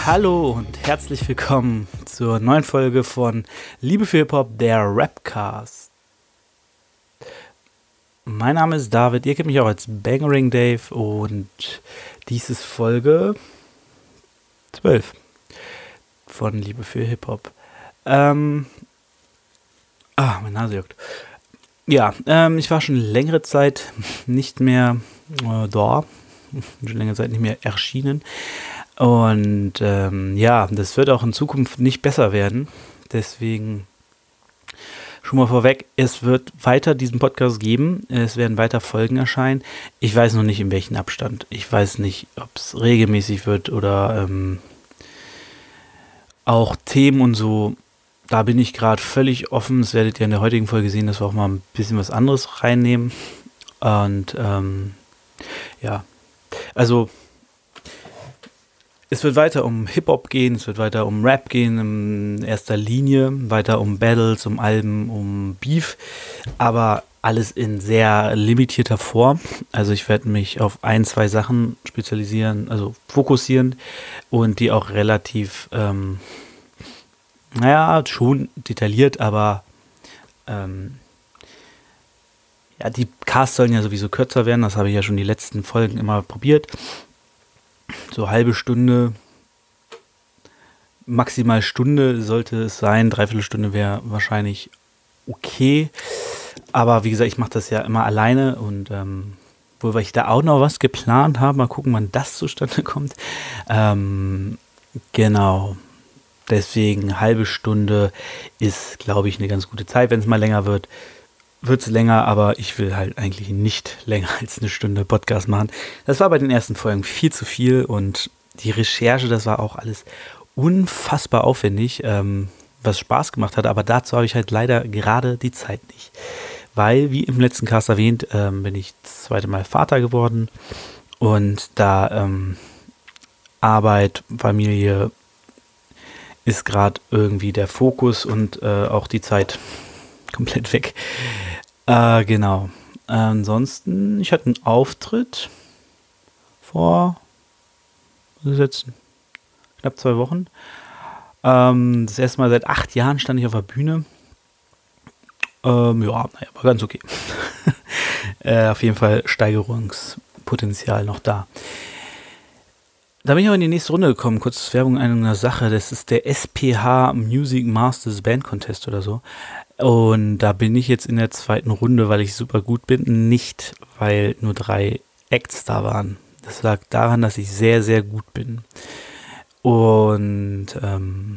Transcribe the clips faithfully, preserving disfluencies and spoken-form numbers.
Hallo und herzlich willkommen zur neuen Folge von Liebe für Hip-Hop, der Rapcast. Mein Name ist David, ihr kennt mich auch als Bangering Dave und dies ist Folge zwölf von Liebe für Hip-Hop. Ähm, ah, meine Nase juckt. Ja, ähm, ich war schon längere Zeit nicht mehr äh, da, schon längere Zeit nicht mehr erschienen. Und ähm, ja, das wird auch in Zukunft nicht besser werden. Deswegen schon mal vorweg, es wird weiter diesen Podcast geben. Es werden weiter Folgen erscheinen. Ich weiß noch nicht, in welchem Abstand. Ich weiß nicht, ob es regelmäßig wird oder ähm, auch Themen und so. Da bin ich gerade völlig offen. Das werdet ihr in der heutigen Folge sehen, dass wir auch mal ein bisschen was anderes reinnehmen. Und ähm, ja, also es wird weiter um Hip-Hop gehen, es wird weiter um Rap gehen in erster Linie, weiter um Battles, um Alben, um Beef, aber alles in sehr limitierter Form. Also ich werde mich auf ein, zwei Sachen spezialisieren, also fokussieren und die auch relativ, ähm, naja, schon detailliert, aber ähm, ja, die Casts sollen ja sowieso kürzer werden, das habe ich ja schon die letzten Folgen immer probiert. So halbe Stunde, maximal Stunde sollte es sein. Dreiviertel Stunde wäre wahrscheinlich okay. Aber wie gesagt, ich mache das ja immer alleine. Und ähm, wo ich da auch noch was geplant habe, mal gucken, wann das zustande kommt. Ähm, genau. Deswegen halbe Stunde ist, glaube ich, eine ganz gute Zeit. Wenn es mal länger wird, wird es länger, aber ich will halt eigentlich nicht länger als eine Stunde Podcast machen. Das war bei den ersten Folgen viel zu viel und die Recherche, das war auch alles unfassbar aufwendig, ähm, was Spaß gemacht hat, aber dazu habe ich halt leider gerade die Zeit nicht. Weil, wie im letzten Cast erwähnt, ähm, bin ich das zweite Mal Vater geworden und da ähm, Arbeit, Familie ist gerade irgendwie der Fokus und äh, auch die Zeit komplett weg. Äh, genau. Äh, ansonsten, ich hatte einen Auftritt vor was ist jetzt, knapp zwei Wochen. Ähm, das erste Mal seit acht Jahren stand ich auf der Bühne. Ähm, ja, naja, war ganz okay. äh, auf jeden Fall Steigerungspotenzial noch da. Da bin ich aber in die nächste Runde gekommen. Kurz Werbung einer Sache. Das ist der S P H Music Masters Band Contest oder so. Und da bin ich jetzt in der zweiten Runde, weil ich super gut bin. Nicht, weil nur drei Acts da waren. Das lag daran, dass ich sehr, sehr gut bin. Und ähm,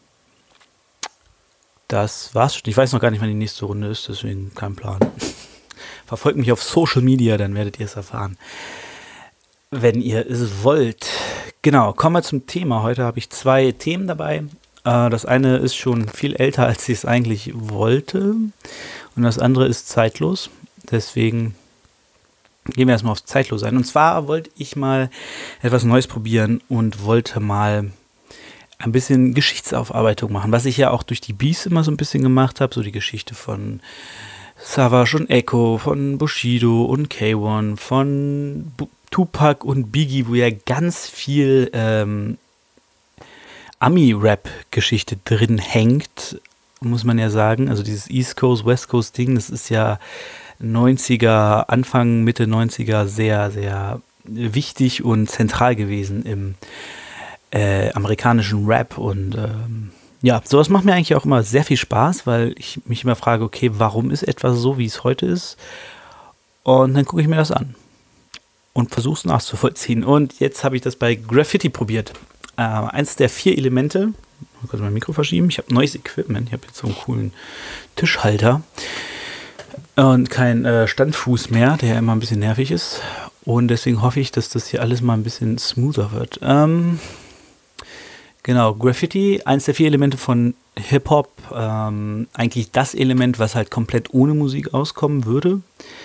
das war's schon. Ich weiß noch gar nicht, wann die nächste Runde ist, deswegen kein Plan. Verfolgt mich auf Social Media, dann werdet ihr es erfahren. Wenn ihr es wollt. Genau, kommen wir zum Thema. Heute habe ich zwei Themen dabei. Das eine ist schon viel älter, als ich es eigentlich wollte. Und das andere ist zeitlos. Deswegen gehen wir erstmal aufs Zeitlos ein. Und zwar wollte ich mal etwas Neues probieren und wollte mal ein bisschen Geschichtsaufarbeitung machen. Was ich ja auch durch die Beats immer so ein bisschen gemacht habe. So die Geschichte von Savage und Echo, von Bushido und K eins, von Bu- Tupac und Biggie, wo ja ganz viel Ähm, Ami-Rap-Geschichte drin hängt, muss man ja sagen. Also dieses East Coast, West Coast-Ding, das ist ja neunziger, Anfang, Mitte neunziger sehr, sehr wichtig und zentral gewesen im äh, amerikanischen Rap. Und ähm, ja, sowas macht mir eigentlich auch immer sehr viel Spaß, weil ich mich immer frage, okay, warum ist etwas so, wie es heute ist? Und dann gucke ich mir das an und versuche es nachzuvollziehen. Und jetzt habe ich das bei Graffiti probiert. Äh, eins der vier Elemente, mal kurz mein Mikro verschieben, ich habe neues Equipment, ich habe jetzt so einen coolen Tischhalter und kein äh, Standfuß mehr, der immer ein bisschen nervig ist und deswegen hoffe ich, dass das hier alles mal ein bisschen smoother wird. Ähm, genau, Graffiti, eins der vier Elemente von Hip-Hop, ähm, eigentlich das Element, was halt komplett ohne Musik auskommen würde.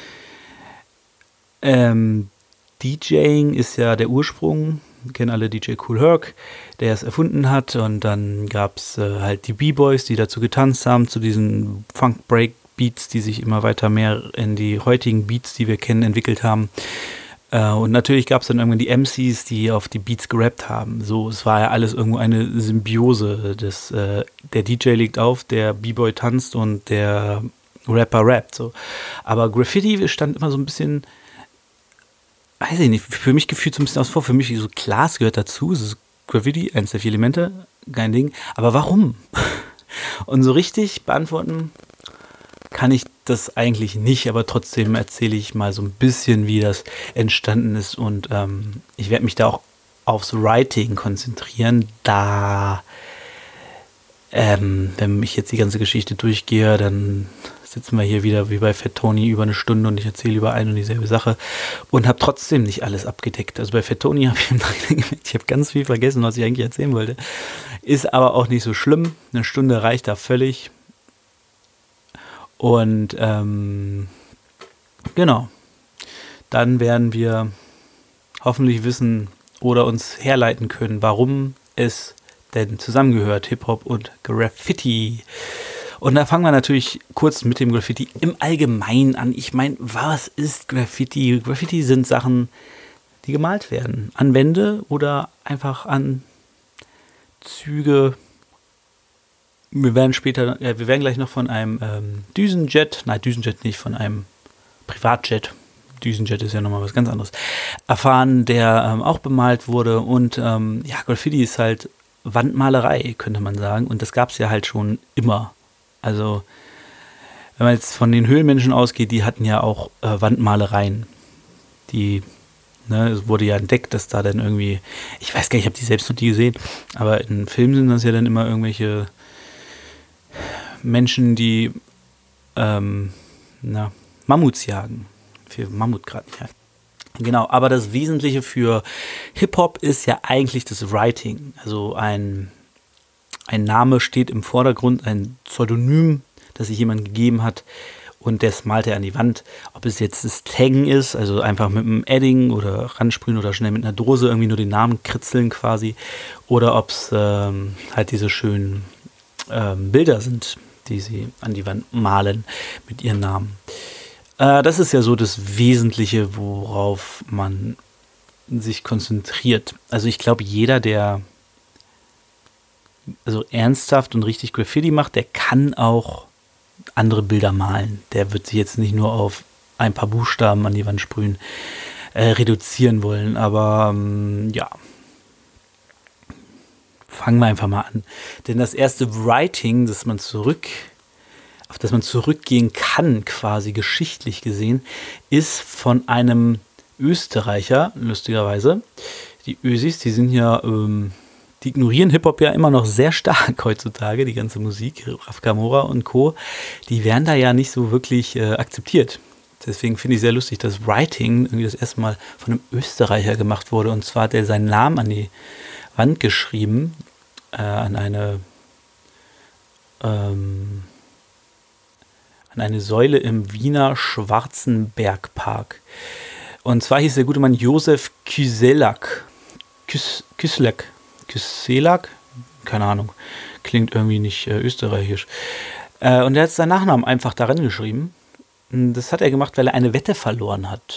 Ähm, DJing ist ja der Ursprung. Kennen alle D J Kool Herc, der es erfunden hat. Und dann gab es äh, halt die B-Boys, die dazu getanzt haben, zu diesen Funk-Break-Beats, die sich immer weiter mehr in die heutigen Beats, die wir kennen, entwickelt haben. Äh, und natürlich gab es dann irgendwann die M Cs, die auf die Beats gerappt haben. So, es war ja alles irgendwo eine Symbiose. Das, äh, der D J legt auf, der B-Boy tanzt und der Rapper rappt. So. Aber Graffiti stand immer so ein bisschen, weiß ich nicht, für mich gefühlt so ein bisschen aus vor. Für mich so klar, es gehört dazu. Es ist Graffiti, eins der vier Elemente, kein Ding. Aber warum? Und so richtig beantworten kann ich das eigentlich nicht, aber trotzdem erzähle ich mal so ein bisschen, wie das entstanden ist. Und ähm, ich werde mich da auch aufs Writing konzentrieren, da, ähm, wenn ich jetzt die ganze Geschichte durchgehe, dann sitzen wir hier wieder wie bei Fat Tony über eine Stunde und ich erzähle über eine und dieselbe Sache und habe trotzdem nicht alles abgedeckt. Also bei Fat Tony habe ich im Nachhinein gemerkt, ich habe ganz viel vergessen, was ich eigentlich erzählen wollte. Ist aber auch nicht so schlimm. Eine Stunde reicht da völlig. Und ähm, genau, dann werden wir hoffentlich wissen oder uns herleiten können, warum es denn zusammengehört, Hip-Hop und Graffiti. Und da fangen wir natürlich kurz mit dem Graffiti im Allgemeinen an. Ich meine, was ist Graffiti? Graffiti sind Sachen, die gemalt werden. An Wände oder einfach an Züge. Wir werden später, äh, wir werden gleich noch von einem ähm, Düsenjet, nein, Düsenjet nicht, von einem Privatjet, Düsenjet ist ja nochmal was ganz anderes, erfahren, der ähm, auch bemalt wurde. Und ähm, ja, Graffiti ist halt Wandmalerei, könnte man sagen. Und das gab es ja halt schon immer. Also, wenn man jetzt von den Höhlenmenschen ausgeht, die hatten ja auch äh, Wandmalereien. Die, ne, es wurde ja entdeckt, dass da dann irgendwie, ich weiß gar nicht, ich habe die selbst noch nie gesehen, aber in Filmen sind das ja dann immer irgendwelche Menschen, die ähm, na, Mammuts jagen. Für Mammut gerade nicht. Genau, aber das Wesentliche für Hip-Hop ist ja eigentlich das Writing. Also ein, ein Name steht im Vordergrund, ein Pseudonym, das sich jemand gegeben hat und das malt er an die Wand. Ob es jetzt das Taggen ist, also einfach mit einem Edding oder ransprühen oder schnell mit einer Dose irgendwie nur den Namen kritzeln quasi, oder ob es ähm, halt diese schönen ähm, Bilder sind, die sie an die Wand malen mit ihren Namen. Äh, das ist ja so das Wesentliche, worauf man sich konzentriert. Also ich glaube, jeder, der also ernsthaft und richtig Graffiti macht, der kann auch andere Bilder malen. Der wird sich jetzt nicht nur auf ein paar Buchstaben an die Wand sprühen, äh, reduzieren wollen. Aber ähm, ja, fangen wir einfach mal an. Denn das erste Writing, das man zurück, auf das man zurückgehen kann, quasi geschichtlich gesehen, ist von einem Österreicher, lustigerweise. Die Ösis, die sind ja, ähm, die ignorieren Hip-Hop ja immer noch sehr stark heutzutage, die ganze Musik, Raf Kamora und Co., die werden da ja nicht so wirklich äh, akzeptiert. Deswegen finde ich sehr lustig, dass Writing irgendwie das erste Mal von einem Österreicher gemacht wurde. Und zwar hat er seinen Namen an die Wand geschrieben, äh, an eine ähm, an eine Säule im Wiener Schwarzenbergpark. Und zwar hieß der gute Mann Josef Kyselak. Kys, Kyselak. Kyselak? Keine Ahnung. Klingt irgendwie nicht äh, österreichisch. Äh, und er hat seinen Nachnamen einfach daran geschrieben. Das hat er gemacht, weil er eine Wette verloren hat.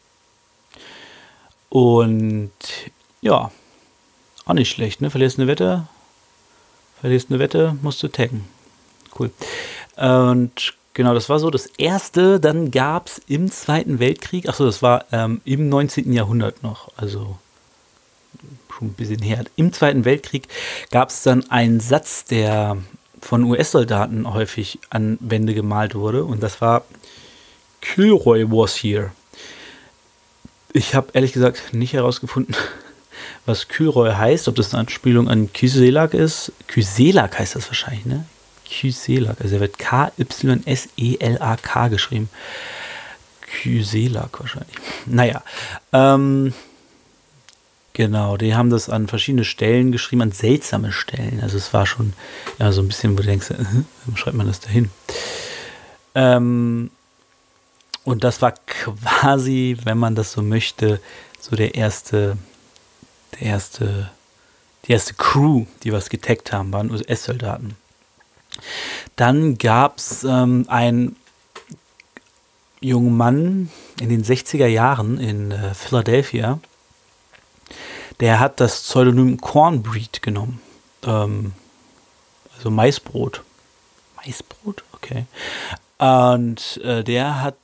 Und ja, auch nicht schlecht, ne? Verlierst eine Wette, verlierst eine Wette, musst du taggen. Cool. Und genau, das war so das Erste. Dann gab es im Zweiten Weltkrieg, achso, das war ähm, im neunzehnten Jahrhundert noch, also schon ein bisschen her. Im Zweiten Weltkrieg gab es dann einen Satz, der von U S-Soldaten häufig an Wände gemalt wurde. Und das war Kilroy was here. Ich habe ehrlich gesagt nicht herausgefunden, was Kilroy heißt, ob das eine Anspielung an Kyselak ist. Kyselak heißt das wahrscheinlich, ne? Kyselak, also er wird K Y S E L A K geschrieben. Kyselak wahrscheinlich. Naja, ähm, genau, die haben das an verschiedene Stellen geschrieben, an seltsame Stellen. Also es war schon ja, so ein bisschen, wo du denkst, äh, warum schreibt man das dahin? Ähm, und das war quasi, wenn man das so möchte, so der erste, der erste, die erste Crew, die was getaggt haben, waren U S-Soldaten. Dann gab es ähm, ein jungen Mann in den sechziger Jahren in äh, Philadelphia, der hat das Pseudonym Cornbread genommen. Ähm, also Maisbrot. Maisbrot? Okay. Und äh, der hat,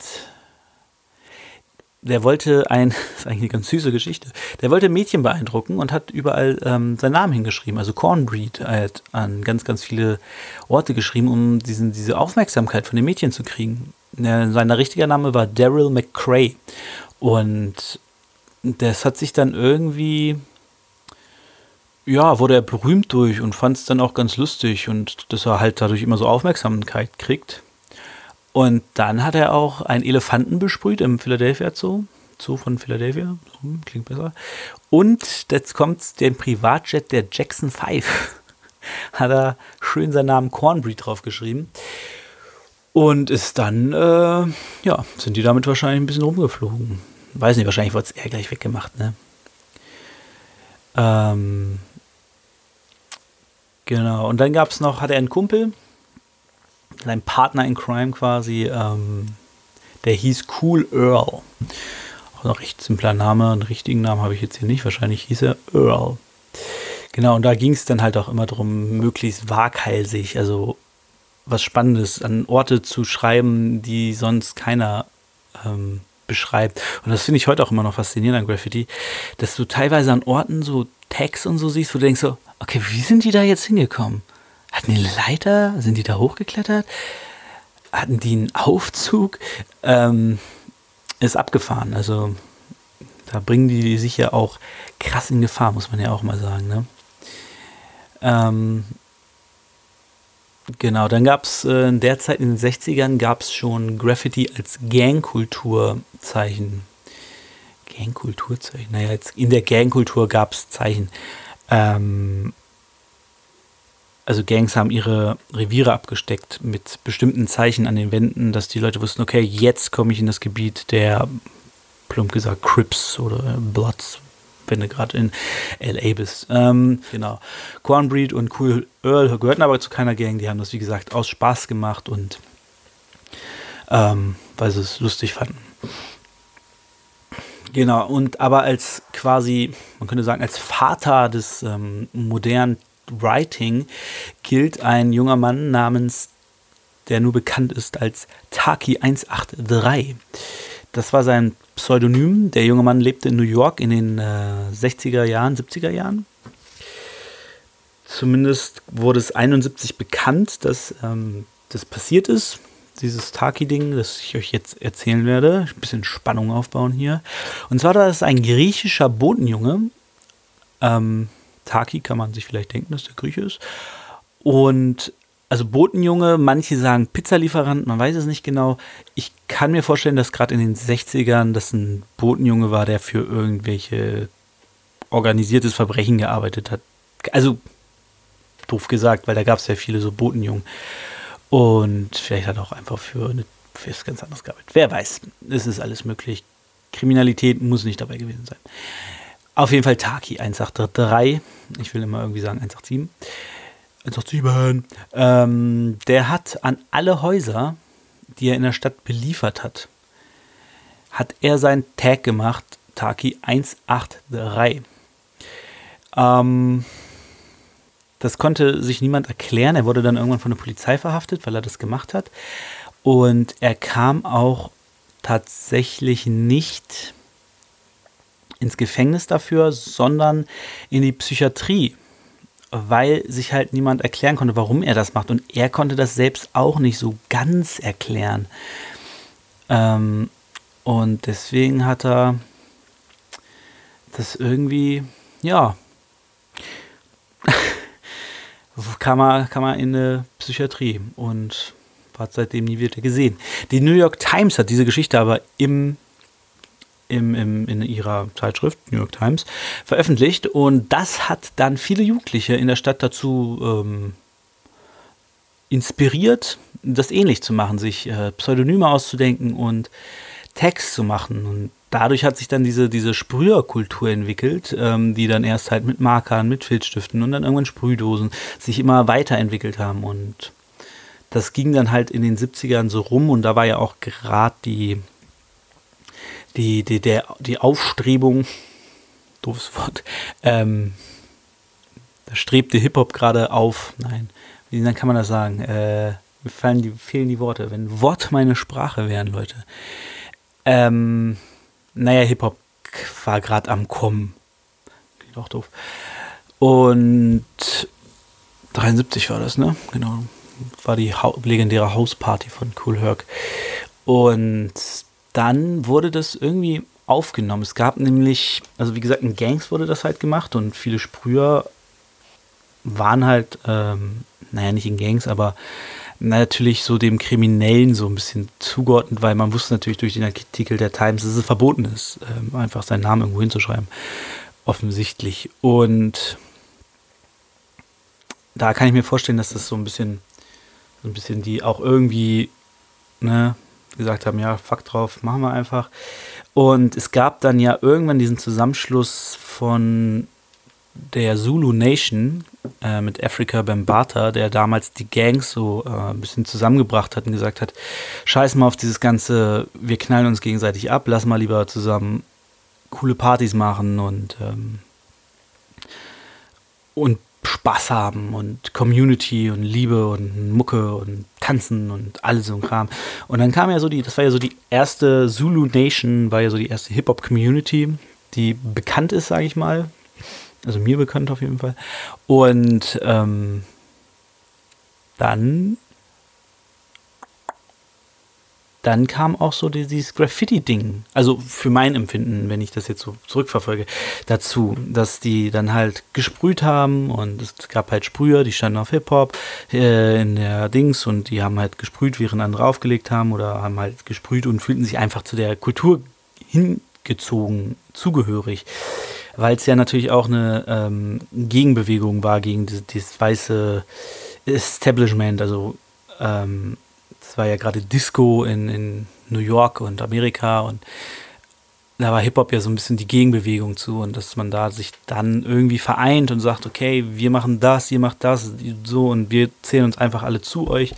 der wollte ein, das ist eigentlich eine ganz süße Geschichte, der wollte Mädchen beeindrucken und hat überall ähm, seinen Namen hingeschrieben, also Cornbread, er hat an ganz, ganz viele Orte geschrieben, um diesen, diese Aufmerksamkeit von den Mädchen zu kriegen. Ja, sein richtiger Name war Daryl McCray und das hat sich dann irgendwie, ja, wurde er berühmt durch und fand es dann auch ganz lustig und dass er halt dadurch immer so Aufmerksamkeit kriegt. Und dann hat er auch einen Elefanten besprüht im Philadelphia Zoo, Zoo von Philadelphia, so, klingt besser. Und jetzt kommt den Privatjet der Jackson Five, hat er schön seinen Namen Cornbread draufgeschrieben. Und ist dann, äh, ja, sind die damit wahrscheinlich ein bisschen rumgeflogen. Weiß nicht, wahrscheinlich wurde es eher gleich weggemacht, ne? Ähm, genau, und dann gab es noch, hat er einen Kumpel, sein Partner in Crime quasi, ähm, der hieß Cool Earl. Auch noch recht simpler Name, einen richtigen Namen habe ich jetzt hier nicht, wahrscheinlich hieß er Earl. Genau, und da ging es dann halt auch immer darum, möglichst waghalsig, also was Spannendes an Orte zu schreiben, die sonst keiner ähm, beschreibt. Und das finde ich heute auch immer noch faszinierend an Graffiti, dass du teilweise an Orten so Tags und so siehst, wo du denkst so, okay, wie sind die da jetzt hingekommen? Hatten die eine Leiter? Sind die da hochgeklettert? Hatten die einen Aufzug? Ähm, ist abgefahren. Also da bringen die sich ja auch krass in Gefahr, muss man ja auch mal sagen. Ne? Ähm, Genau, dann gab es äh, in der Zeit, in den sechzigern, gab es schon Graffiti als Gangkulturzeichen. Gangkulturzeichen? Naja, jetzt in der Gangkultur gab es Zeichen. Ähm, also Gangs haben ihre Reviere abgesteckt mit bestimmten Zeichen an den Wänden, dass die Leute wussten, okay, jetzt komme ich in das Gebiet der, plump gesagt, Crips oder Bloods, wenn du gerade in L A bist. Ähm, genau. Cornbread und Cool Earl gehörten aber zu keiner Gang. Die haben das, wie gesagt, aus Spaß gemacht und ähm, weil sie es lustig fanden. Genau. Und aber als quasi, man könnte sagen, als Vater des ähm, modernen Writing gilt ein junger Mann namens, der nur bekannt ist als Taki eins acht drei. Das war sein Pseudonym. Der junge Mann lebte in New York in den äh, sechziger Jahren, siebziger Jahren. Zumindest wurde es einundsiebzig bekannt, dass ähm, das passiert ist. Dieses Taki-Ding, das ich euch jetzt erzählen werde. Ein bisschen Spannung aufbauen hier. Und zwar war das ein griechischer Botenjunge. Ähm, Taki kann man sich vielleicht denken, dass der Grieche ist. Und also Botenjunge, manche sagen Pizzalieferant, man weiß es nicht genau. Ich kann mir vorstellen, dass gerade in den sechzigern das ein Botenjunge war, der für irgendwelche organisiertes Verbrechen gearbeitet hat. Also, doof gesagt, weil da gab es ja viele so Botenjungen. Und vielleicht hat er auch einfach für, eine, für was ganz anderes gearbeitet. Wer weiß, es ist alles möglich. Kriminalität muss nicht dabei gewesen sein. Auf jeden Fall Taki eins acht drei. Ich will immer irgendwie sagen eins acht sieben. eins acht sieben. Ähm, der hat an alle Häuser, die er in der Stadt beliefert hat, hat er seinen Tag gemacht, Taki eins acht drei. Ähm, das konnte sich niemand erklären. Er wurde dann irgendwann von der Polizei verhaftet, weil er das gemacht hat. Und er kam auch tatsächlich nicht ins Gefängnis dafür, sondern in die Psychiatrie, weil sich halt niemand erklären konnte, warum er das macht. Und er konnte das selbst auch nicht so ganz erklären. Ähm, und deswegen hat er das irgendwie, ja, kam er, kam er in eine Psychiatrie und hat seitdem nie wieder gesehen. Die New York Times hat diese Geschichte aber im Im, im, in ihrer Zeitschrift, New York Times, veröffentlicht. Und das hat dann viele Jugendliche in der Stadt dazu ähm, inspiriert, das ähnlich zu machen, sich äh, Pseudonyme auszudenken und Tags zu machen. Und dadurch hat sich dann diese, diese Sprüherkultur entwickelt, ähm, die dann erst halt mit Markern, mit Filzstiften und dann irgendwann Sprühdosen sich immer weiterentwickelt haben. Und das ging dann halt in den siebzigern so rum und da war ja auch gerade die, die, die, der, die Aufstrebung, doofes Wort, ähm, da strebte Hip-Hop gerade auf, nein, wie dann kann man das sagen, äh, mir fallen die, fehlen die Worte, wenn Worte meine Sprache wären, Leute. Ähm, naja, Hip-Hop war gerade am Kommen. Klingt auch doof. Und dreiundsiebzig war das, ne? Genau. War die ha- legendäre Hausparty von Kool Herc. Und dann wurde das irgendwie aufgenommen. Es gab nämlich, also wie gesagt, in Gangs wurde das halt gemacht und viele Sprüher waren halt, ähm, naja, nicht in Gangs, aber natürlich so dem Kriminellen so ein bisschen zugeordnet, weil man wusste natürlich durch den Artikel der Times, dass es verboten ist, ähm, einfach seinen Namen irgendwo hinzuschreiben. Offensichtlich. Und da kann ich mir vorstellen, dass das so ein bisschen, so ein bisschen die auch irgendwie, ne, gesagt haben, ja, fuck drauf, machen wir einfach. Und es gab dann ja irgendwann diesen Zusammenschluss von der Zulu Nation äh, mit Afrika Bambaataa, der damals die Gangs so äh, ein bisschen zusammengebracht hat und gesagt hat, scheiß mal auf dieses ganze, wir knallen uns gegenseitig ab, lass mal lieber zusammen coole Partys machen und ähm, und Spaß haben und Community und Liebe und Mucke und Tanzen und alles so ein Kram. Und dann kam ja so die, das war ja so die erste Zulu Nation, war ja so die erste Hip-Hop-Community, die bekannt ist, sage ich mal. Also mir bekannt auf jeden Fall. Und ähm, dann dann kam auch so dieses Graffiti-Ding, also für mein Empfinden, wenn ich das jetzt so zurückverfolge, dazu, dass die dann halt gesprüht haben und es gab halt Sprüher, die standen auf Hip-Hop äh, in der Dings und die haben halt gesprüht, während andere aufgelegt haben oder haben halt gesprüht und fühlten sich einfach zu der Kultur hingezogen, zugehörig, weil es ja natürlich auch eine ähm, Gegenbewegung war gegen dieses, dieses weiße Establishment, also ähm, es war ja gerade Disco in, in New York und Amerika und da war Hip-Hop ja so ein bisschen die Gegenbewegung zu und dass man da sich dann irgendwie vereint und sagt, okay, wir machen das, ihr macht das, so und wir zählen uns einfach alle zu euch.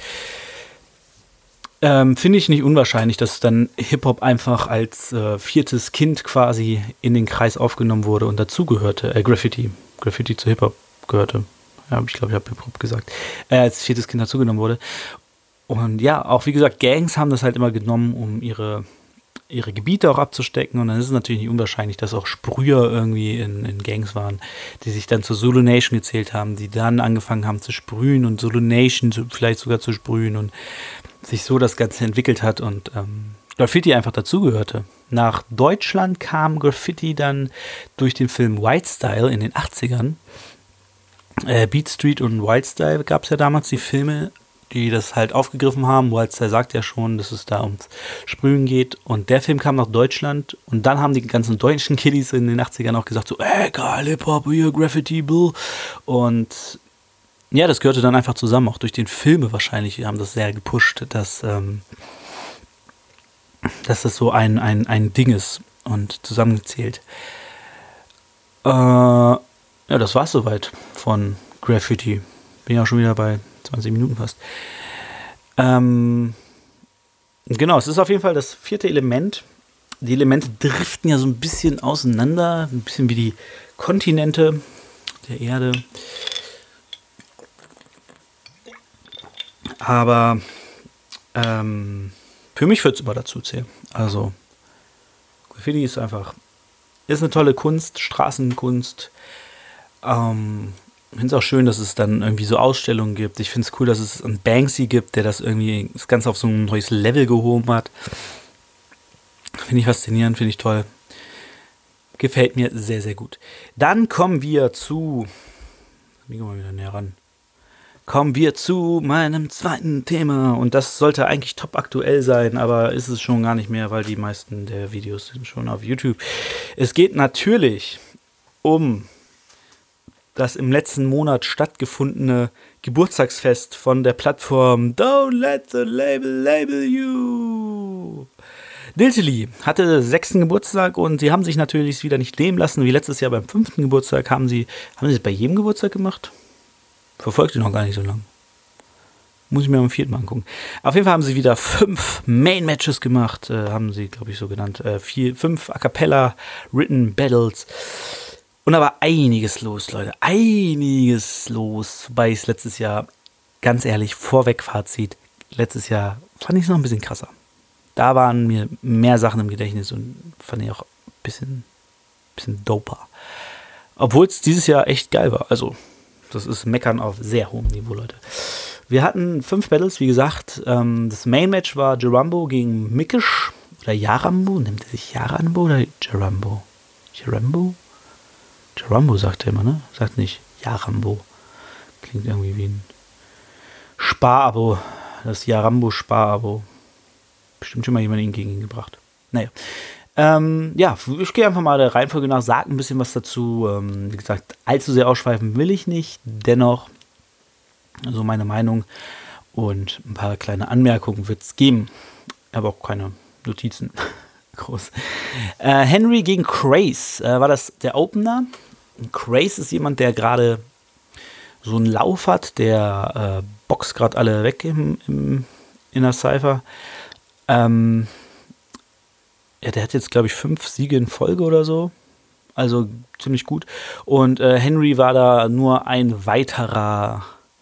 Ähm, finde ich nicht unwahrscheinlich, dass dann Hip-Hop einfach als äh, viertes Kind quasi in den Kreis aufgenommen wurde und dazugehörte, äh, Graffiti, Graffiti zu Hip-Hop gehörte. Ja, ich glaube, ich habe Hip-Hop gesagt, äh, als viertes Kind dazugenommen wurde. Und ja, auch wie gesagt, Gangs haben das halt immer genommen, um ihre, ihre Gebiete auch abzustecken. Und dann ist es natürlich nicht unwahrscheinlich, dass auch Sprüher irgendwie in, in Gangs waren, die sich dann zur Zulu Nation gezählt haben, die dann angefangen haben zu sprühen und Zulu Nation zu, vielleicht sogar zu sprühen und sich so das Ganze entwickelt hat und ähm, Graffiti einfach dazugehörte. Nach Deutschland kam Graffiti dann durch den Film White Style in den achtzigern. Äh, Beat Street und White Style gab es ja damals, die Filme, die das halt aufgegriffen haben. White Style sagt ja schon, dass es da ums Sprühen geht. Und der Film kam nach Deutschland und dann haben die ganzen deutschen Kiddies in den achtzigern auch gesagt so, ey, geil, Hip-Hop, hier, Graffiti, Bill. Und ja, das gehörte dann einfach zusammen, auch durch den Filme wahrscheinlich. Die haben das sehr gepusht, dass, ähm, dass das so ein, ein, ein Ding ist und zusammengezählt. Äh, ja, das war's soweit von Graffiti. Bin ja auch schon wieder bei zwanzig Minuten fast. Ähm, genau, es ist auf jeden Fall das vierte Element. Die Elemente driften ja so ein bisschen auseinander, ein bisschen wie die Kontinente der Erde. Aber ähm, für mich wird es immer dazu zählen. Also Graffiti ist einfach, ist eine tolle Kunst, Straßenkunst. Ähm, Ich finde es auch schön, dass es dann irgendwie so Ausstellungen gibt. Ich finde es cool, dass es einen Banksy gibt, der das irgendwie das Ganze auf so ein neues Level gehoben hat. Finde ich faszinierend, finde ich toll. Gefällt mir sehr, sehr gut. Dann kommen wir zu... Gehen wir mal wieder näher ran. Kommen wir zu meinem zweiten Thema. Und das sollte eigentlich top aktuell sein, aber ist es schon gar nicht mehr, weil die meisten der Videos sind schon auf YouTube. Es geht natürlich um das im letzten Monat stattgefundene Geburtstagsfest von der Plattform Don't Let the Label Label You. Diltily hatte sechsten Geburtstag und sie haben sich natürlich wieder nicht nehmen lassen, wie letztes Jahr beim fünften Geburtstag. Haben sie, haben sie es bei jedem Geburtstag gemacht? Verfolgt ihr noch gar nicht so lange. Muss ich mir am vierten Mal angucken. Auf jeden Fall haben sie wieder fünf Main-Matches gemacht, äh, haben sie, glaube ich, so genannt. Äh, vier, fünf A Cappella Written Battles. Und da war einiges los, Leute. Einiges los. Wobei ich es letztes Jahr, ganz ehrlich, vorweg Fazit, letztes Jahr fand ich es noch ein bisschen krasser. Da waren mir mehr Sachen im Gedächtnis und fand ich auch ein bisschen, bisschen doper. Obwohl es dieses Jahr echt geil war. Also, das ist Meckern auf sehr hohem Niveau, Leute. Wir hatten fünf Battles, wie gesagt. Ähm, das Main-Match war Jarambo gegen Mikisch. Oder Jarambo. Nimmt er sich Jarambo oder Jarambo? Jarambo? Jarambo sagt er immer, ne? Sagt nicht Jarambo. Klingt irgendwie wie ein Sparabo. Das Jarambo-Sparabo. Bestimmt schon mal jemand ihn gegen ihn gebracht. Naja. Ähm, ja, ich gehe einfach mal der Reihenfolge nach, sage ein bisschen was dazu. Ähm, wie gesagt, allzu sehr ausschweifen will ich nicht. Dennoch, so meine Meinung und ein paar kleine Anmerkungen wird es geben. Aber auch keine Notizen. Groß. Äh, Henry gegen Craze äh, war das der Opener. Craze ist jemand, der gerade so einen Lauf hat, der äh, boxt gerade alle weg im, im, in der Cypher. Ähm, ja, der hat jetzt, glaube ich, fünf Siege in Folge oder so. Also ziemlich gut. Und äh, Henry war da nur ein weiterer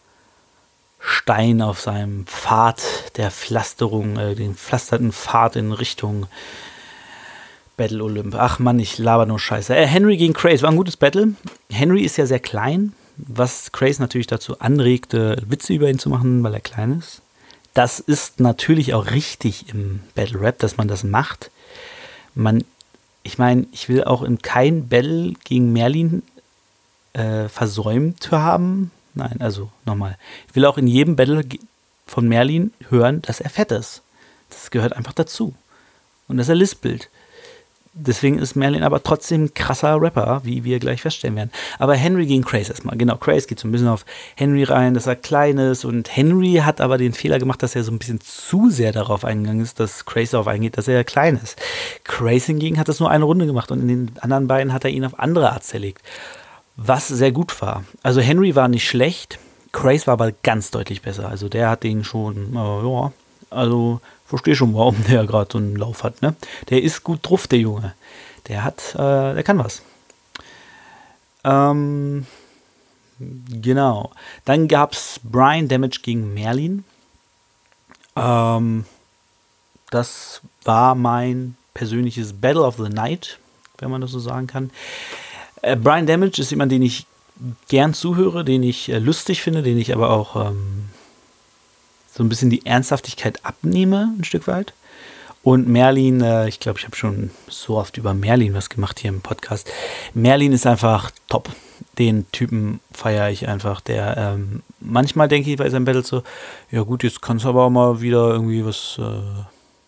Stein auf seinem Pfad der Pflasterung, äh, den pflasterten Pfad in Richtung Battle Olymp. Ach Mann, ich laber nur Scheiße. Äh, Henry gegen Craze war ein gutes Battle. Henry ist ja sehr klein, was Craze natürlich dazu anregte, Witze über ihn zu machen, weil er klein ist. Das ist natürlich auch richtig im Battle Rap, dass man das macht. Man, ich meine, ich will auch in kein Battle gegen Merlin äh, versäumt haben. Nein, also nochmal. Ich will auch in jedem Battle von Merlin hören, dass er fett ist. Das gehört einfach dazu. Und dass er lispelt. Deswegen ist Merlin aber trotzdem ein krasser Rapper, wie wir gleich feststellen werden. Aber Henry gegen Craze erstmal. Genau, Craze geht so ein bisschen auf Henry rein, dass er klein ist. Und Henry hat aber den Fehler gemacht, dass er so ein bisschen zu sehr darauf eingegangen ist, dass Craze darauf eingeht, dass er klein ist. Craze hingegen hat das nur eine Runde gemacht und in den anderen beiden hat er ihn auf andere Art zerlegt. Was sehr gut war. Also Henry war nicht schlecht, Craze war aber ganz deutlich besser. Also der hat den schon, äh, ja, also verstehe schon, warum der gerade so einen Lauf hat, ne? Der ist gut drauf, der Junge. Der hat, äh, der kann was. Ähm, genau. Dann gab es Brian Damage gegen Merlin. Ähm, das war mein persönliches Battle of the Night, wenn man das so sagen kann. Äh, Brian Damage ist jemand, den ich gern zuhöre, den ich äh, lustig finde, den ich aber auch ähm, so ein bisschen die Ernsthaftigkeit abnehme, ein Stück weit. Und Merlin, äh, ich glaube, ich habe schon so oft über Merlin was gemacht hier im Podcast. Merlin ist einfach top. Den Typen feiere ich einfach. Der ähm, manchmal denke ich bei seinem Battle so, ja gut, jetzt kannst du aber auch mal wieder irgendwie was äh,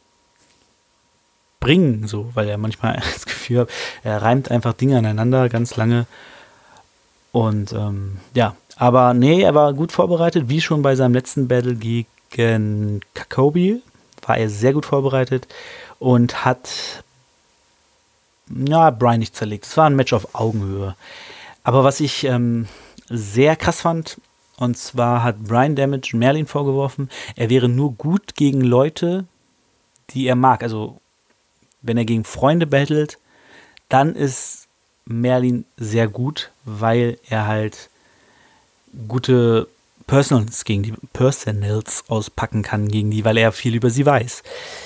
bringen, so, weil er manchmal das Gefühl hat, er reimt einfach Dinge aneinander ganz lange. Und ähm, ja, aber nee, er war gut vorbereitet, wie schon bei seinem letzten Battle gegen Kakobi war er sehr gut vorbereitet und hat ja, Brian nicht zerlegt. Es war ein Match auf Augenhöhe. Aber was ich ähm, sehr krass fand, und zwar hat Brian Damage Merlin vorgeworfen, er wäre nur gut gegen Leute, die er mag. Also wenn er gegen Freunde battelt, dann ist Merlin sehr gut, weil er halt gute Personals gegen die Personals auspacken kann gegen die, weil er viel über sie weiß.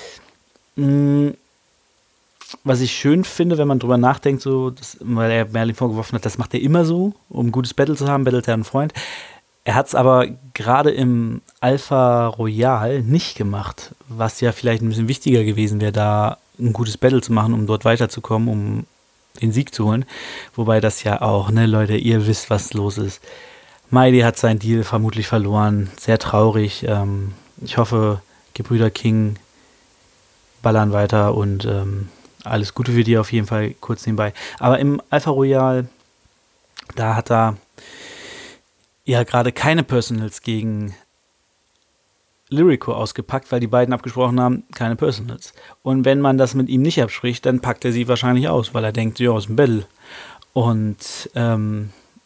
Was ich schön finde, wenn man drüber nachdenkt, so, das, weil er Merlin vorgeworfen hat, das macht er immer so, um ein gutes Battle zu haben, battelt er einen Freund. Er hat es aber gerade im Alpha Royal nicht gemacht, was ja vielleicht ein bisschen wichtiger gewesen wäre, da ein gutes Battle zu machen, um dort weiterzukommen, um den Sieg zu holen. Wobei das ja auch, ne, Leute, ihr wisst, was los ist. Miley hat seinen Deal vermutlich verloren. Sehr traurig. Ähm, ich hoffe, Gebrüder King ballern weiter und ähm, alles Gute für die auf jeden Fall kurz nebenbei. Aber im Alpha Royal, da hat er ja gerade keine Personals gegen Lyrico ausgepackt, weil die beiden abgesprochen haben, keine Personals. Und wenn man das mit ihm nicht abspricht, dann packt er sie wahrscheinlich aus, weil er denkt, ja, ist ein Battle. Und ähm,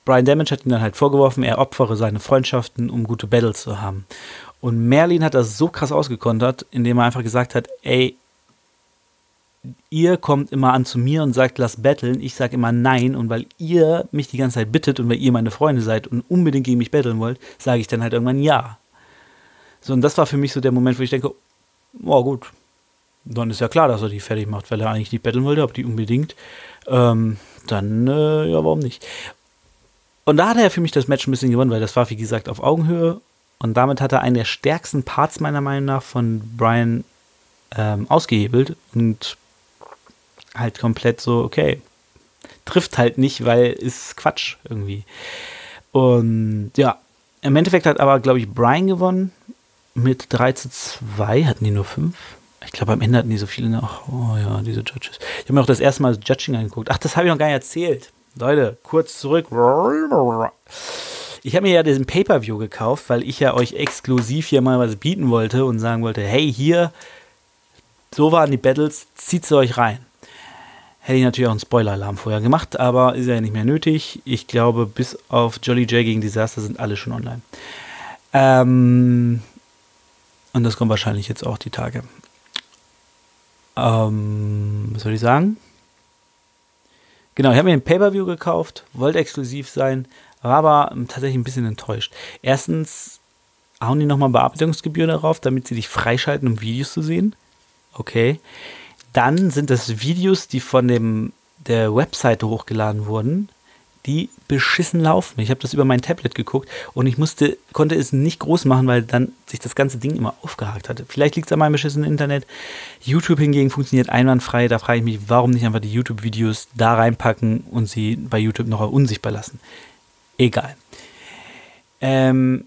Brian Damage hat ihm dann halt vorgeworfen, er opfere seine Freundschaften, um gute Battles zu haben. Und Merlin hat das so krass ausgekontert, indem er einfach gesagt hat, ey, ihr kommt immer an zu mir und sagt, lass battlen. Ich sag immer nein. Und weil ihr mich die ganze Zeit bittet und weil ihr meine Freunde seid und unbedingt gegen mich battlen wollt, sage ich dann halt irgendwann ja. So, und das war für mich so der Moment, wo ich denke, oh gut, dann ist ja klar, dass er die fertig macht, weil er eigentlich nicht battlen wollte, aber die unbedingt. Ähm, dann, äh, ja, warum nicht? Und da hat er für mich das Match ein bisschen gewonnen, weil das war, wie gesagt, auf Augenhöhe. Und damit hat er einen der stärksten Parts meiner Meinung nach von Brian ähm, ausgehebelt und halt komplett so, okay, trifft halt nicht, weil ist Quatsch irgendwie. Und ja, im Endeffekt hat aber, glaube ich, Brian gewonnen mit drei zu zwei. Hatten die nur fünf? Ich glaube, am Ende hatten die so viele noch. Oh ja, diese Judges. Ich habe mir auch das erste Mal das Judging angeguckt. Ach, das habe ich noch gar nicht erzählt. Leute, kurz zurück. Ich habe mir ja diesen Pay-Per-View gekauft, weil ich ja euch exklusiv hier mal was bieten wollte und sagen wollte, hey, hier, so waren die Battles, zieht sie euch rein. Hätte ich natürlich auch einen Spoiler-Alarm vorher gemacht, aber ist ja nicht mehr nötig. Ich glaube, bis auf Jolly J gegen Disaster sind alle schon online. Ähm, und das kommt wahrscheinlich jetzt auch die Tage. Ähm, was soll ich sagen? Genau, ich habe mir ein Pay-Per-View gekauft, wollte exklusiv sein, war aber tatsächlich ein bisschen enttäuscht. Erstens hauen die nochmal Bearbeitungsgebühren darauf, damit sie dich freischalten, um Videos zu sehen. Okay. Dann sind das Videos, die von dem, der Webseite hochgeladen wurden, die beschissen laufen. Ich habe das über mein Tablet geguckt und ich musste, konnte es nicht groß machen, weil dann sich das ganze Ding immer aufgehakt hatte. Vielleicht liegt es an meinem beschissenen Internet. YouTube hingegen funktioniert einwandfrei. Da frage ich mich, warum nicht einfach die YouTube-Videos da reinpacken und sie bei YouTube noch unsichtbar lassen. Egal. Ähm,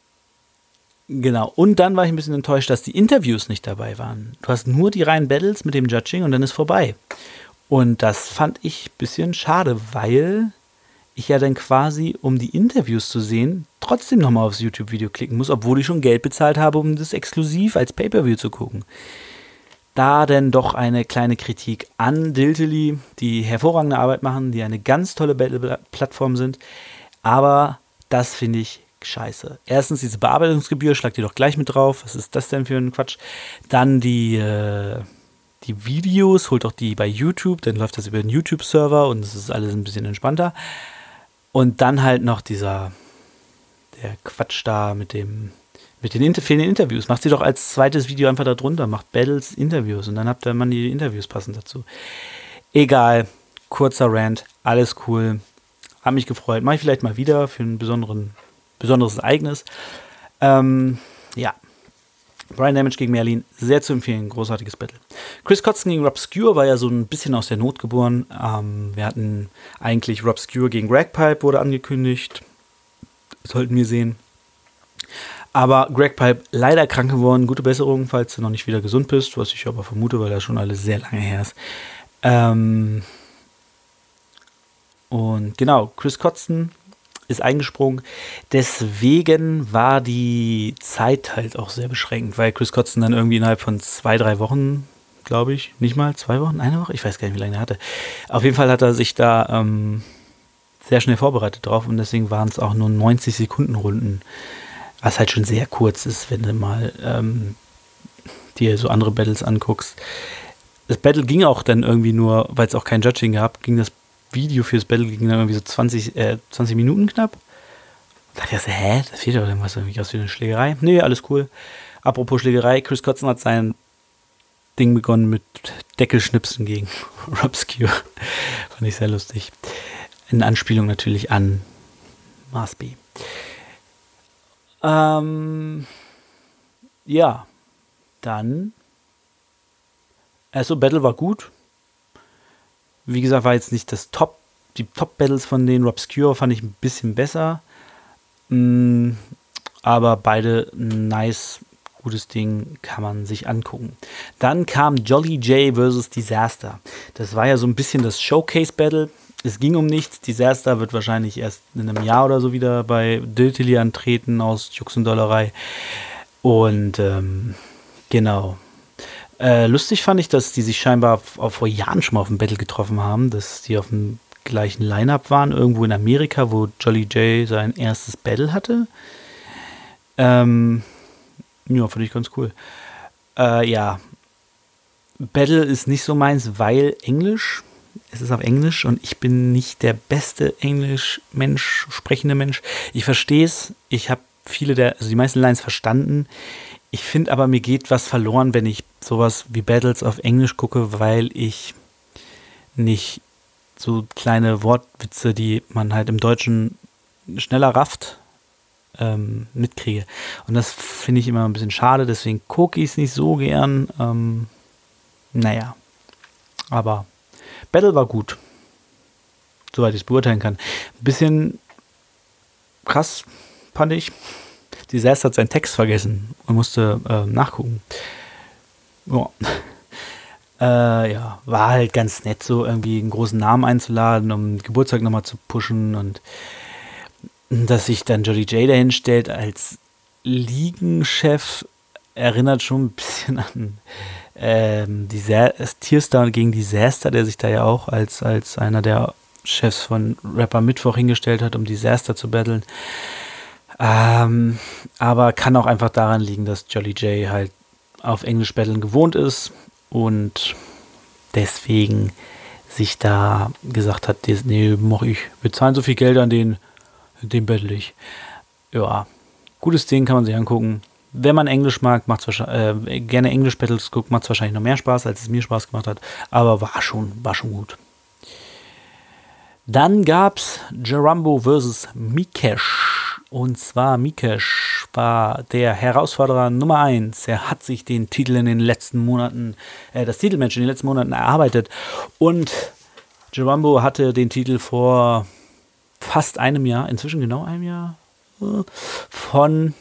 genau. Und dann war ich ein bisschen enttäuscht, dass die Interviews nicht dabei waren. Du hast nur die reinen Battles mit dem Judging und dann ist vorbei. Und das fand ich ein bisschen schade, weil ich ja dann quasi, um die Interviews zu sehen, trotzdem nochmal aufs YouTube-Video klicken muss, obwohl ich schon Geld bezahlt habe, um das exklusiv als Pay-Per-View zu gucken. Da denn doch eine kleine Kritik an Diltily, die hervorragende Arbeit machen, die eine ganz tolle Battle-Plattform sind, aber das finde ich scheiße. Erstens diese Bearbeitungsgebühr, schlagt ihr doch gleich mit drauf, was ist das denn für ein Quatsch? Dann die, äh, die Videos, holt doch die bei YouTube, dann läuft das über den YouTube-Server und es ist alles ein bisschen entspannter. Und dann halt noch dieser, der Quatsch da mit dem, mit den Inter- fehlenden Interviews. Macht sie doch als zweites Video einfach da drunter, macht Battles, Interviews und dann habt ihr man die Interviews passend dazu. Egal, kurzer Rant, alles cool. Hab mich gefreut. Mach ich vielleicht mal wieder für ein besonderen, besonderes Ereignis. Ähm, ja. Brian Damage gegen Merlin, sehr zu empfehlen, großartiges Battle. Chris Kotzen gegen Robscure war ja so ein bisschen aus der Not geboren. Ähm, wir hatten eigentlich Robscure gegen Ragpipe, wurde angekündigt. Sollten wir sehen. Aber Ragpipe leider krank geworden. Gute Besserung, falls du noch nicht wieder gesund bist, was ich aber vermute, weil das schon alles sehr lange her ist. Ähm und genau, Chris Kotzen ist eingesprungen. Deswegen war die Zeit halt auch sehr beschränkt, weil Chris Kotzen dann irgendwie innerhalb von zwei, drei Wochen, glaube ich, nicht mal zwei Wochen, eine Woche, ich weiß gar nicht, wie lange er hatte. Auf jeden Fall hat er sich da ähm, sehr schnell vorbereitet drauf und deswegen waren es auch nur neunzig Sekunden Runden, was halt schon sehr kurz ist, wenn du mal ähm, dir so andere Battles anguckst. Das Battle ging auch dann irgendwie nur, weil es auch kein Judging gab, ging das Video fürs Battle ging dann irgendwie so zwanzig, äh, zwanzig Minuten knapp. Da dachte ich so, hä, das fehlt doch irgendwas irgendwie aus wie eine Schlägerei. Nee, alles cool. Apropos Schlägerei, Chris Kotzen hat sein Ding begonnen mit Deckelschnipsen gegen Robscure. Fand ich sehr lustig. In Anspielung natürlich an Mars B. Ähm, ja, dann also Battle war gut. Wie gesagt, war jetzt nicht das Top, die Top-Battles von den Robscure fand ich ein bisschen besser. Mm, aber beide nice, gutes Ding, kann man sich angucken. Dann kam Jolly J versus Disaster. Das war ja so ein bisschen das Showcase-Battle. Es ging um nichts. Disaster wird wahrscheinlich erst in einem Jahr oder so wieder bei Diltily antreten aus Jux und Dollerei. Und ähm, genau. Äh, lustig fand ich, dass die sich scheinbar auf, auf vor Jahren schon mal auf dem Battle getroffen haben, dass die auf dem gleichen Line-Up waren, irgendwo in Amerika, wo Jolly J sein erstes Battle hatte. Ähm, ja, finde ich ganz cool. Äh, ja, Battle ist nicht so meins, weil Englisch, es ist auf Englisch und ich bin nicht der beste Englisch-Mensch, sprechende Mensch. Ich verstehe es, ich habe viele der, also die meisten Lines verstanden. Ich finde aber, mir geht was verloren, wenn ich sowas wie Battles auf Englisch gucke, weil ich nicht so kleine Wortwitze, die man halt im Deutschen schneller rafft, ähm, mitkriege. Und das finde ich immer ein bisschen schade, deswegen gucke ich es nicht so gern. Ähm, naja, aber Battle war gut, soweit ich es beurteilen kann. Ein bisschen krass, fand ich. Disaster hat seinen Text vergessen und musste äh, nachgucken. Ja. Äh, ja, war halt ganz nett, so irgendwie einen großen Namen einzuladen, um den Geburtstag nochmal zu pushen und dass sich dann Jolly J dahin stellt als Ligenchef, erinnert schon ein bisschen an ähm, Disa- Tierstar gegen Disaster, der sich da ja auch als, als einer der Chefs von Rapper Mittwoch hingestellt hat, um Disaster zu battlen. Ähm, aber kann auch einfach daran liegen, dass Jolly J halt auf Englisch battlen gewohnt ist und deswegen sich da gesagt hat, das, nee, mach ich, wir zahlen so viel Geld an den, den battle ich. Ja, gutes Ding, kann man sich angucken. Wenn man Englisch mag, macht's wahrscheinlich, äh, gerne Englisch-Battles guckt, macht es wahrscheinlich noch mehr Spaß, als es mir Spaß gemacht hat, aber war schon, war schon gut. Dann gab's Jarumbo versus Mikesh. Und zwar Mikesh war der Herausforderer Nummer eins. Er hat sich den Titel in den letzten Monaten, äh, das Titelmatch in den letzten Monaten erarbeitet. Und Jarumbo hatte den Titel vor fast einem Jahr, inzwischen genau einem Jahr, äh, von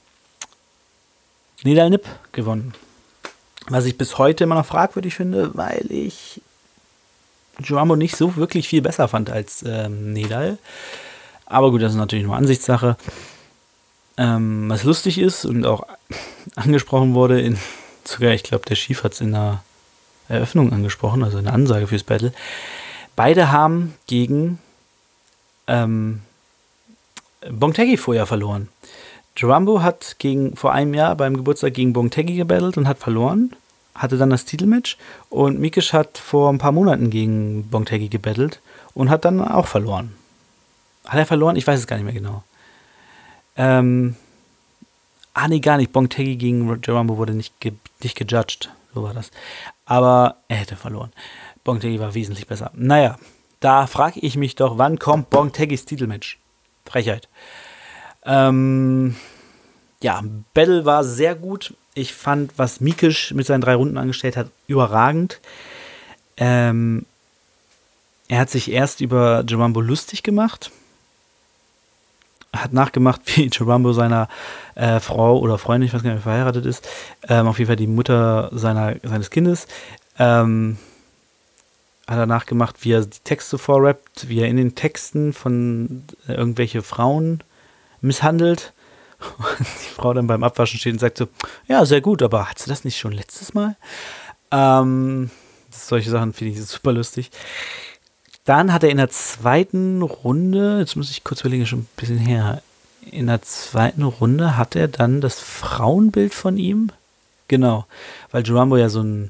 Nedal Nip gewonnen. Was ich bis heute immer noch fragwürdig finde, weil ich Jarumbo nicht so wirklich viel besser fand als ähm, Nedal. Aber gut, das ist natürlich nur Ansichtssache. Ähm, was lustig ist und auch angesprochen wurde, in, sogar ich glaube, der Chief hat es in der Eröffnung angesprochen, also in der Ansage fürs Battle. Beide haben gegen ähm, Bongtegi vorher verloren. Jarumbo hat gegen, vor einem Jahr beim Geburtstag gegen Bongtegi gebattelt und hat verloren. Hatte dann das Titelmatch und Mikesh hat vor ein paar Monaten gegen Bongtegi gebattelt und hat dann auch verloren. Hat er verloren? Ich weiß es gar nicht mehr genau. Ähm, ah, nee, gar nicht. Bongtegi gegen Jarumbo wurde nicht, ge- nicht gejudged. So war das. Aber er hätte verloren. Bongtegi war wesentlich besser. Naja, da frage ich mich doch, wann kommt Bongtegis Titelmatch? Frechheit. Ähm, ja, Battle war sehr gut. Ich fand, was Mikesh mit seinen drei Runden angestellt hat, überragend. Ähm, er hat sich erst über Jarumbo lustig gemacht. Hat nachgemacht, wie Jarumbo seiner äh, Frau oder Freundin, ich weiß gar nicht, wer verheiratet ist, ähm, auf jeden Fall die Mutter seiner, seines Kindes, ähm, hat er nachgemacht, wie er die Texte vorrappt, wie er in den Texten von äh, irgendwelche Frauen misshandelt. Und die Frau dann beim Abwaschen steht und sagt so, ja, sehr gut, aber hat sie das nicht schon letztes Mal? Ähm, solche Sachen finde ich super lustig. Dann hat er in der zweiten Runde, jetzt muss ich kurz überlegen, schon ein bisschen her, in der zweiten Runde hat er dann das Frauenbild von ihm, genau, weil Jarumbo ja so ein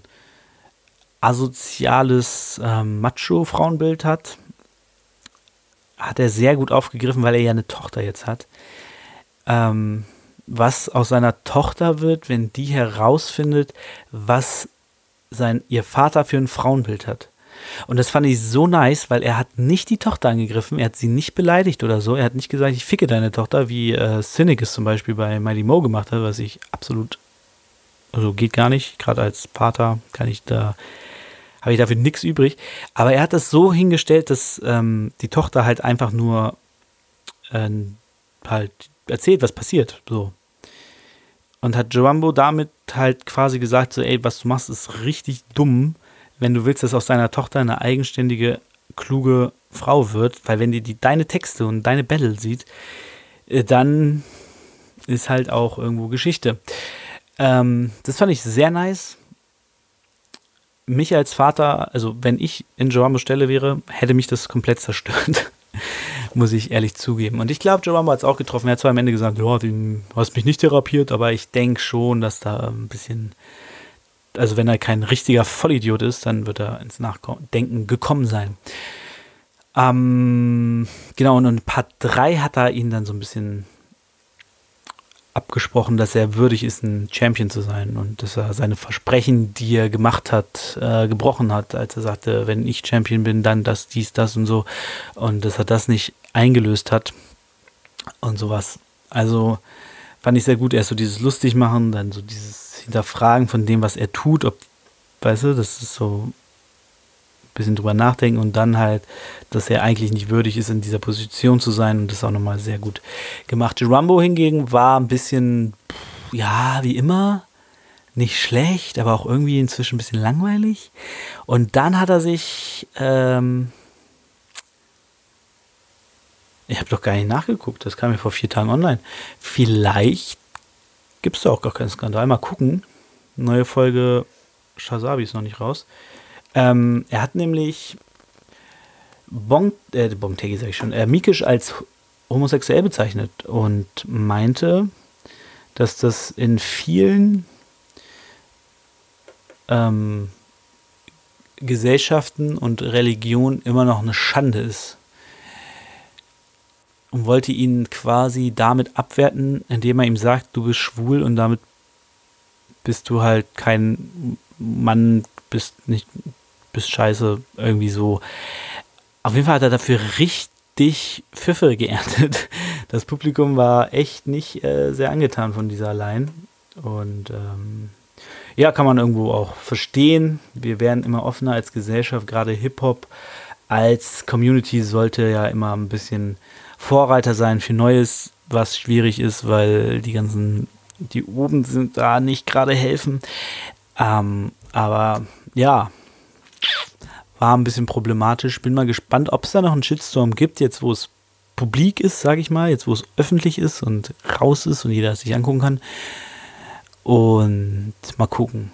asoziales ähm, Macho-Frauenbild hat, hat er sehr gut aufgegriffen, weil er ja eine Tochter jetzt hat. Ähm, was aus seiner Tochter wird, wenn die herausfindet, was sein, ihr Vater für ein Frauenbild hat. Und das fand ich so nice, weil er hat nicht die Tochter angegriffen, er hat sie nicht beleidigt oder so, er hat nicht gesagt, ich ficke deine Tochter, wie äh, Cynic es zum Beispiel bei Mighty Mo gemacht hat, was ich absolut, also geht gar nicht, gerade als Vater kann ich da, habe ich dafür nichts übrig, aber er hat das so hingestellt, dass ähm, die Tochter halt einfach nur äh, halt erzählt, was passiert, so. Und hat Jarumbo damit halt quasi gesagt, so, ey, was du machst, ist richtig dumm, wenn du willst, dass aus deiner Tochter eine eigenständige, kluge Frau wird, weil wenn die, die deine Texte und deine Battle sieht, äh, dann ist halt auch irgendwo Geschichte. Ähm, das fand ich sehr nice. mich als Vater, also wenn ich in Joe Rambo Stelle wäre, hätte mich das komplett zerstört. Muss ich ehrlich zugeben. Und ich glaube, Joe Rambo hat es auch getroffen. Er hat zwar am Ende gesagt, ja, du hast mich nicht therapiert, aber ich denke schon, dass da ein bisschen, also wenn er kein richtiger Vollidiot ist, dann wird er ins Nachdenken gekommen sein. Ähm, genau, und in Part drei hat er ihn dann so ein bisschen abgesprochen, dass er würdig ist, ein Champion zu sein und dass er seine Versprechen, die er gemacht hat, äh, gebrochen hat, als er sagte, wenn ich Champion bin, dann das, dies, das und so, und dass er das nicht eingelöst hat und sowas. Also fand ich sehr gut, erst so dieses lustig machen, dann so dieses Hinterfragen von dem, was er tut, ob, weißt du, das ist so ein bisschen drüber nachdenken und dann halt, dass er eigentlich nicht würdig ist, in dieser Position zu sein, und das auch nochmal sehr gut gemacht. Rambo hingegen war ein bisschen, ja, wie immer, nicht schlecht, aber auch irgendwie inzwischen ein bisschen langweilig. Und dann hat er sich, ähm, ich habe doch gar nicht nachgeguckt, das kam mir vor vier Tagen online. Vielleicht gibt es da auch gar keinen Skandal. Mal gucken. Neue Folge Shazabi ist noch nicht raus. Ähm, er hat nämlich Bong, äh, Bongtegi sag ich schon, äh, Mikisch als homosexuell bezeichnet und meinte, dass das in vielen ähm, Gesellschaften und Religionen immer noch eine Schande ist. Und wollte ihn quasi damit abwerten, indem er ihm sagt, du bist schwul und damit bist du halt kein Mann, bist nicht, bist scheiße, irgendwie so. Auf jeden Fall hat er dafür richtig Pfiffe geerntet. Das Publikum war echt nicht äh, sehr angetan von dieser Line. Und ähm, ja, kann man irgendwo auch verstehen. Wir werden immer offener als Gesellschaft, gerade Hip-Hop als Community sollte ja immer ein bisschen Vorreiter sein für Neues, was schwierig ist, weil die ganzen, die oben sind, da nicht gerade helfen. Ähm, aber ja, war ein bisschen problematisch. Bin mal gespannt, ob es da noch einen Shitstorm gibt, jetzt wo es publik ist, sage ich mal, jetzt wo es öffentlich ist und raus ist und jeder es sich angucken kann. Und mal gucken.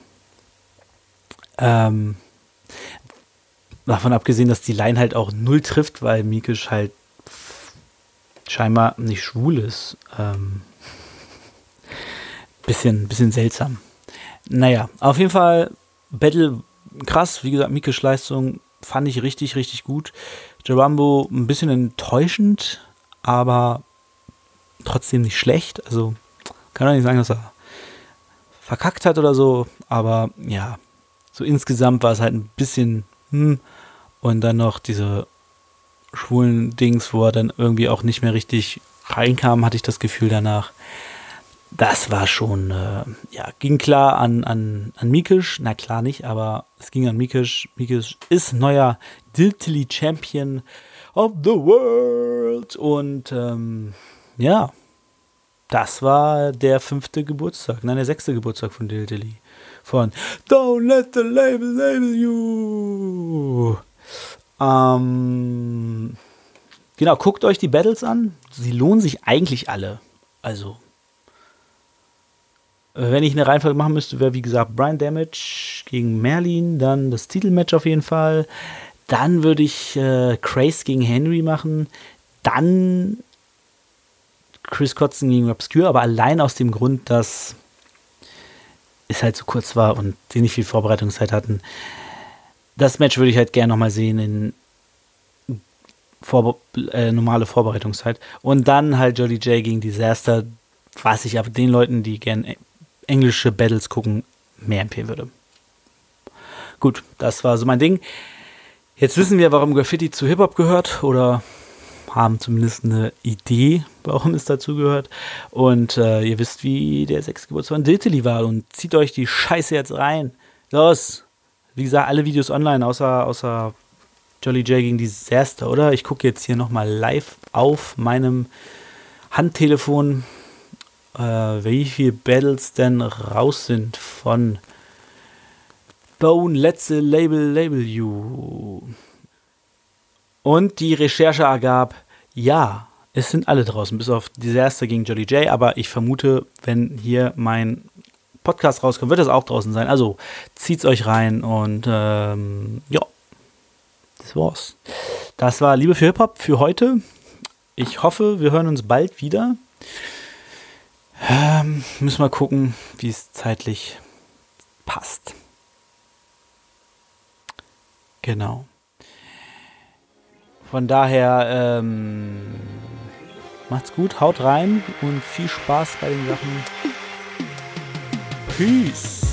Ähm, davon abgesehen, dass die Line halt auch null trifft, weil Mikisch halt scheinbar nicht schwul ist. Ähm, bisschen, bisschen seltsam. Naja, auf jeden Fall Battle krass. Wie gesagt, Mikisch Leistung fand ich richtig, richtig gut. Joe Rambo ein bisschen enttäuschend, aber trotzdem nicht schlecht. Also kann auch nicht sagen, dass er verkackt hat oder so, aber ja, so insgesamt war es halt ein bisschen hm, und dann noch diese schwulen Dings, wo er dann irgendwie auch nicht mehr richtig reinkam, hatte ich das Gefühl danach. Das war schon, äh, ja, ging klar an, an, an Mikisch, na klar nicht, aber es ging an Mikisch. Mikisch ist neuer Diltily Champion of the World und ähm, ja, das war der fünfte Geburtstag, nein, der sechste Geburtstag von Diltily. Von Don't let the label label you. Ähm, genau, guckt euch die Battles an. Sie lohnen sich eigentlich alle. Also, wenn ich eine Reihenfolge machen müsste, wäre wie gesagt Brian Damage gegen Merlin, dann das Titelmatch auf jeden Fall. Dann würde ich äh, Craze gegen Henry machen. Dann Chris Kotzen gegen Obscure, aber allein aus dem Grund, dass es halt so kurz war und sie nicht viel Vorbereitungszeit hatten. Das Match würde ich halt gerne nochmal sehen in Vorbe- äh, normale Vorbereitungszeit. Und dann halt Jolly J gegen Disaster, was ich aber den Leuten, die gerne englische Battles gucken, mehr empfehlen würde. Gut, das war so mein Ding. Jetzt wissen wir, warum Graffiti zu Hip-Hop gehört oder haben zumindest eine Idee, warum es dazu gehört. Und äh, ihr wisst, wie der sechste Geburtstag von Diltily war und zieht euch die Scheiße jetzt rein. Los! Wie gesagt, alle Videos online, außer, außer Jolly J gegen Disaster, oder? Ich gucke jetzt hier nochmal live auf meinem Handtelefon, äh, wie viele Battles denn raus sind von Bone, Let's Label, Label You. Und die Recherche ergab, ja, es sind alle draußen, bis auf Disaster gegen Jolly J, aber ich vermute, wenn hier mein Podcast rauskommt, wird das auch draußen sein. Also zieht's euch rein und ähm, ja, das war's. Das war Liebe für Hip-Hop für heute. Ich hoffe, wir hören uns bald wieder. Ähm, müssen wir gucken, wie es zeitlich passt. Genau. Von daher, ähm, macht's gut, haut rein und viel Spaß bei den Sachen. Peace.